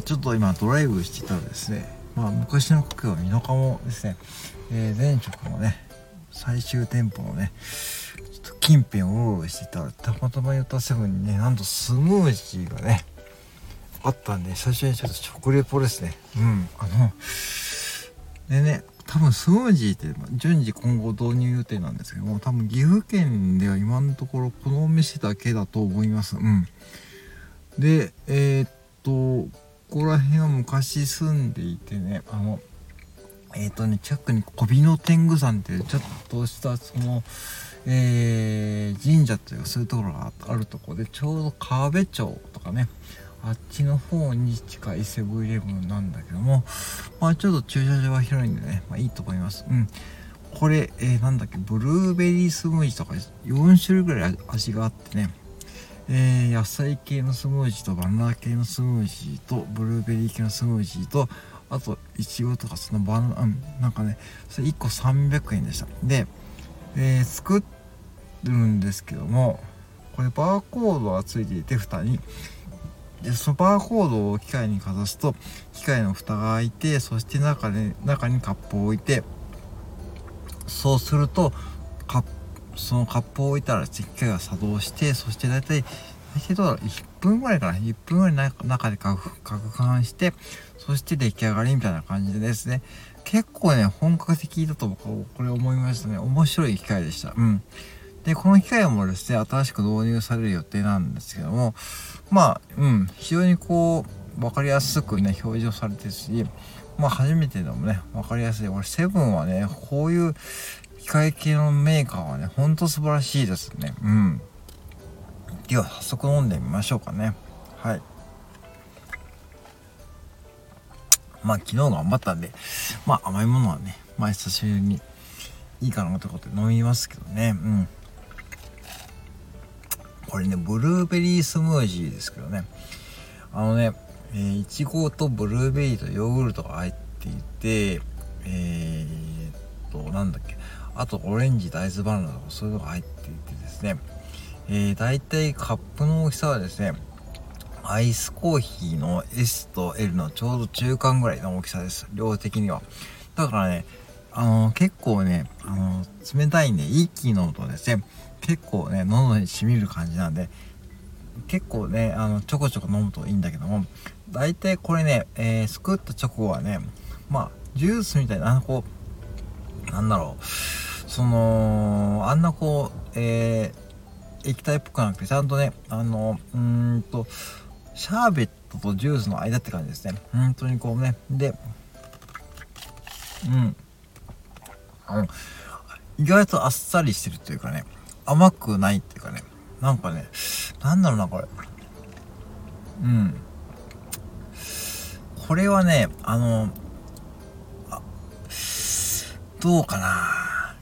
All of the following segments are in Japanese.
ちょっと今ドライブしてたらですね、昔の故郷美濃加茂ですね、前職のね最終店舗のねちょっと近辺をうろうろしてたら、たまたまヨタセブンにねなんとスムージーがねあったんで、最初にちょっと食レポですね。でね、多分スムージーって順次今後導入予定なんですけども、多分岐阜県では今のところこのお店だけだと思います。でここら辺は昔住んでいてね、近くに小美濃天狗山っていうちょっとしたその、神社というかそういうところがあるところで、ちょうど川辺町とかね、あっちの方に近いセブンイレブンなんだけども、ちょっと駐車場は広いんでね、いいと思います。これ、ブルーベリースムージーとか4種類ぐらい味があってね、野菜系のスムージーとバナナ系のスムージーとブルーベリー系のスムージーと、あとイチゴとかそのバナナ、なんかね、それ1個300円でした。で、作るんですけども、これバーコードがついていて蓋に、でそのバーコードを機械にかざすと機械の蓋が開いて、そして中にカップを置いて、そうするとそのカップを置いたら機械が作動して、そして大体どうだろう、1分ぐらいかな、1分ぐらい中で攪拌して、そして出来上がりみたいな感じでですね、結構ね本格的だと僕はこれ思いましたね。面白い機械でした。でこの機械もですね新しく導入される予定なんですけども、非常にこう分かりやすくね表示されてるし、初めてでもね分かりやすい。これセブンはねこういう機械系のメーカーはねほんと素晴らしいですね。では早速飲んでみましょうかね。はい。昨日頑張ったんで、甘いものはね久しぶりにいいかなということで飲みますけどね。これねブルーベリースムージーですけどね、いちごとブルーベリーとヨーグルトが入っていて、あとオレンジ、大豆バナナとかそういうのが入っていてですね、だいたいカップの大きさはですね、アイスコーヒーの S と L のちょうど中間ぐらいの大きさです、量的には。だからね、結構ね、冷たいんで一気に飲むとですね、結構ね喉に染みる感じなんで、結構ねちょこちょこ飲むといいんだけども、だいたいこれね、作った直後はね、ジュースみたいな液体っぽくなくて、ちゃんとねシャーベットとジュースの間って感じですね。本当にこうね、で意外とあっさりしてるというかね、甘くないっていうかね、これこれはねどうかな、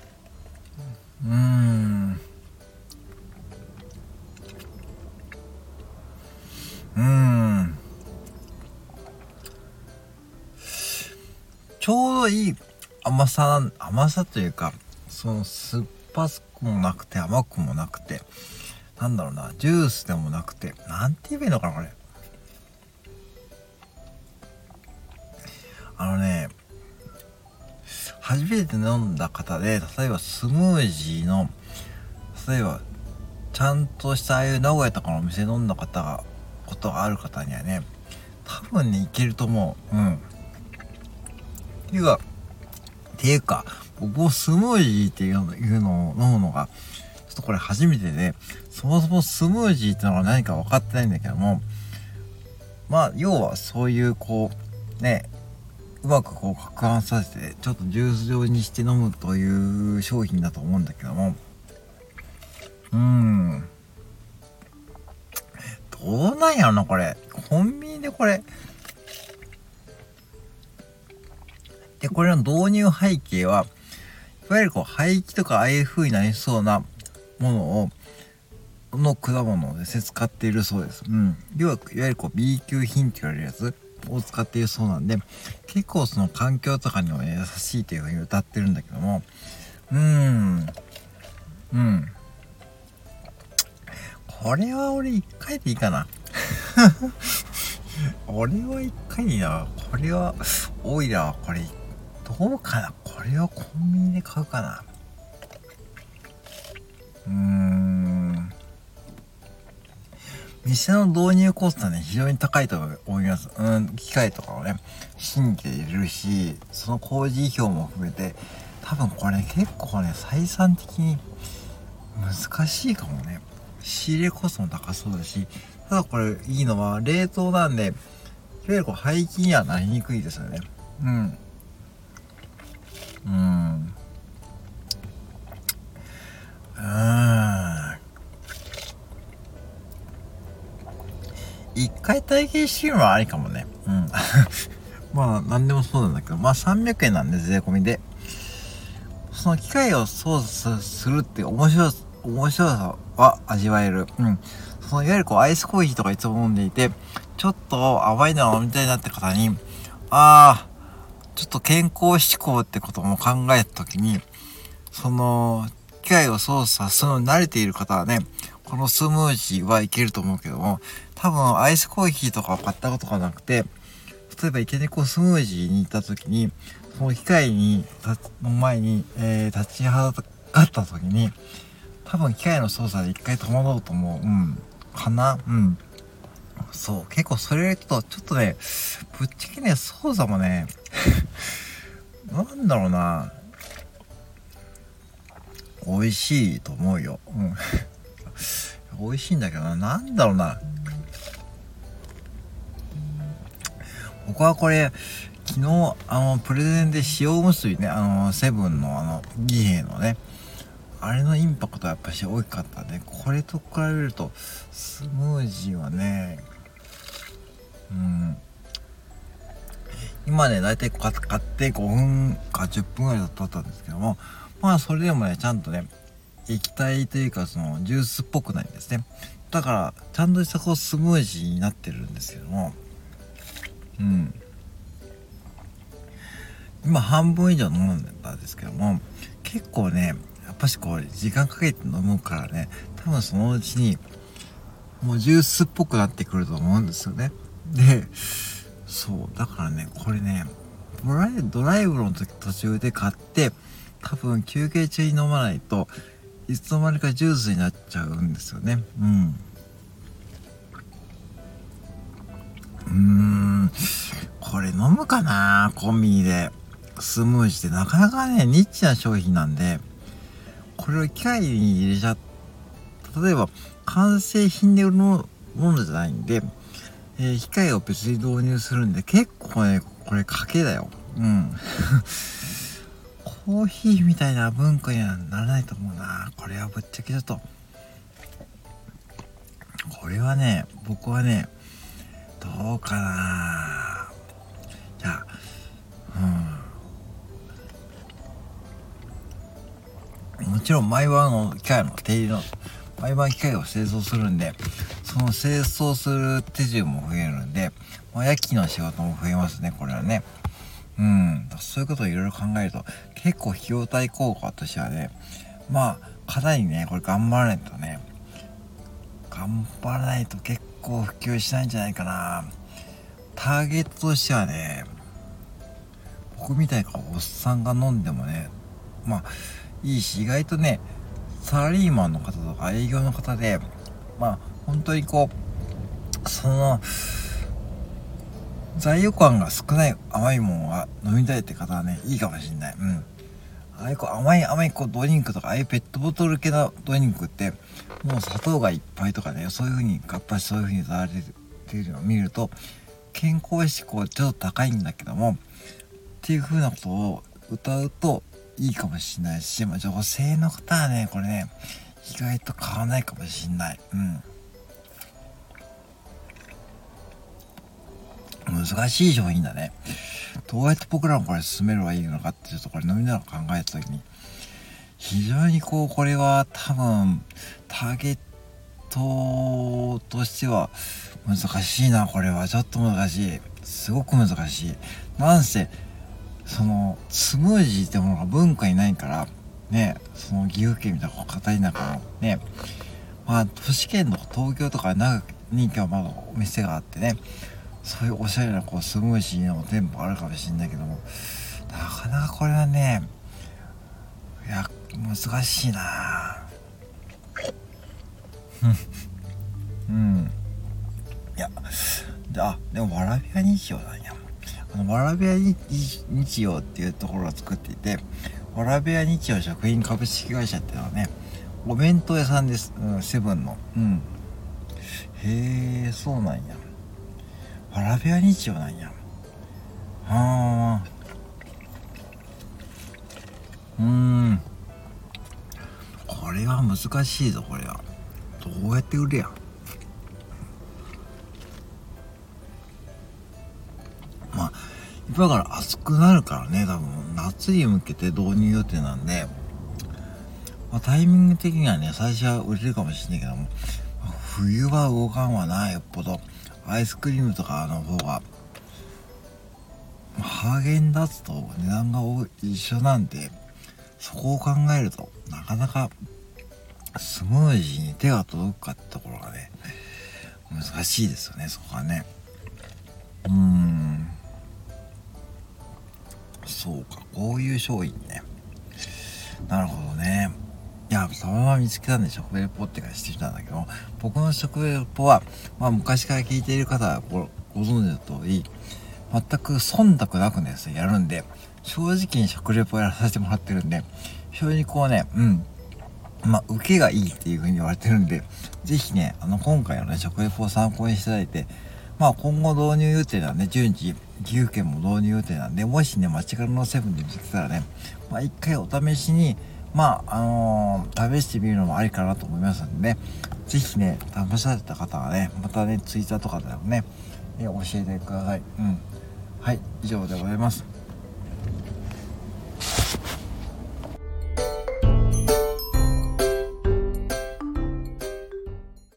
ちょうどいい甘さというか、その酸っぱくもなくて甘くもなくて、ジュースでもなくて、なんて言えばいいのかなこれ。初めて飲んだ方で、例えばスムージーの、例えばちゃんとしたああいう名古屋とかのお店飲んだことがある方にはね、多分ねいけると思う。っていうか僕もスムージーっていうのを飲むのがちょっとこれ初めてで、そもそもスムージーってのが何か分かってないんだけども、要はそういうこうね、うまくこう攪拌させてちょっとジュース状にして飲むという商品だと思うんだけども、どうなんやろなこれ。コンビニでこれで、これの導入背景は、いわゆるこう廃棄とかああいう風になりそうなものの果物をですね使っているそうです。いわゆるこう B 級品って言われるやつを使っているそうなんで、結構その環境とかにも優しいという風に歌ってるんだけども、これは俺1回でいいかな俺は一回にな、これは多いな。これどうかな、これはコンビニで買うかな。店の導入コストはね、非常に高いと思います。機械とかをね、新規で入れるし、その工事費用も含めて、多分これ、ね、結構ね、採算的に難しいかもね。仕入れコストも高そうだし、ただこれいいのは冷凍なんで、いわゆるこう廃棄にはなりにくいですよね。一回体験してみるのはありかもね。まあ何でもそうなんだけど、まあ300円なんで税込みで、その機械を操作するっていう面白さは味わえる。そのいわゆるこうアイスコーヒーとかいつも飲んでいて、ちょっと甘いのを飲みたいなって方に、ちょっと健康志向ってことも考えたときに、その機械を操作するのに慣れている方はね、このスムージーはいけると思うけども、多分アイスコーヒーとかを買ったことがなくて、例えばいきなりこうスムージーに行った時に、その機械の前に、立ちはだかった時に、多分機械の操作で一回戸惑うと思う。かな。そう、結構それとちょっとね、ぶっちゃけね、操作もね、なんだろうな、美味しいと思うよ。美味しいんだけどな、なんだろうな。僕はこれ、昨日、プレゼンで塩おむすびね、セブンの義兵のね、あれのインパクトはやっぱし大きかったんで、これと比べると、スムージーはね、今ね、だいたい買って5分か10分ぐらい経ったんですけども、まあそれでもね、ちゃんとね、液体というかそのジュースっぽくないんですね。だから、ちゃんとしたこうスムージーになってるんですけども、今半分以上飲んでたんですけども、結構ね、やっぱしこう時間かけて飲むからね、多分そのうちにもうジュースっぽくなってくると思うんですよね。で、そうだからね、これね、ドライブの時途中で買って、多分休憩中に飲まないといつの間にかジュースになっちゃうんですよね。これ飲むかな、コンビニで。スムージーってなかなかね、ニッチな商品なんで、これを機械に入れちゃっ例えば完成品で売るものじゃないんで、機械を別に導入するんで、結構ね、これ賭けだよ。コーヒーみたいな文化にはならないと思うな。これはぶっちゃけちょっと、これはね、僕はね、どうかな。じゃあ、もちろん毎晩機械の手入れの毎晩機械を製造するんで、その製造する手順も増えるんで、夜勤の仕事も増えますね、これはね。そういうことをいろいろ考えると、結構費用対効果としてはね、かなりね、これ頑張らないとね、頑張らないと結構普及しないんじゃないかな。ターゲットとしてはね、僕みたいなおっさんが飲んでもね、いいし、意外とね、サラリーマンの方とか営業の方で、本当にこう、その、罪悪感が少ない甘いものが飲みたいって方はね、いいかもしんない。ああいうこう甘いこうドリンクとか、ああいうペットボトル系のドリンクって、もう砂糖がいっぱいとかね、そういう風に、やっぱりそういう風にされてるのを見ると、健康志向ちょっと高いんだけども、っていう風なことを歌うといいかもしれないし、女性の方はね、これね、意外と買わないかもしんない。難しい商品だね。どうやって僕らもこれ進めればいいのかってちょっとこれ飲みながら考えた時に、非常にこれは多分ターゲットとしては難しいな。これはちょっと難しい。すごく難しい。なんせそのスムージーってものが文化にないからね、その岐阜県みたいな片田舎のね、都市圏の東京とか長く人気はまだお店があってね、 そういうおしゃれなこうスムージーの店舗あるかもしれないけども、なかなかこれはね、いや難しいなうんいやでもわらびや日曜なんや。わらびや日曜っていうところを作っていて、わらびや日曜食品株式会社っていうのはね、お弁当屋さんです、セブンの。へえ、そうなんや。わらびや日曜なんや。はあ、これは難しいぞ。これはどうやって売るやん。まあ今から暑くなるからね、多分夏に向けて導入予定なんで、タイミング的にはね、最初は売れるかもしれないけども、冬は動かんわな、よっぽど。アイスクリームとかの方が、ハーゲンダッツと値段が一緒なんで、そこを考えると、なかなかスムージーに手が届くかってところがね、難しいですよね、そこはね。そうか、こういう商品ね。なるほどね。いや、たまたま見つけたんで食レポってかしてきたんだけど、僕の食レポは、昔から聞いている方はご存知の通り、全く忖度なくですね、やるんで、正直に食レポやらさせてもらってるんで、非常にこうね、受けがいいっていう風に言われてるんで、ぜひね、今回のね、食レポを参考にしていただいて、今後導入予定なんで、順次、岐阜県も導入予定なんで、もしね、街角のセブンで見つけたらね、一回お試しに、試してみるのもありかなと思いますのでね、ぜひね、試された方はね、またね、ツイッターとかでもね、教えてください。はい、以上でございます。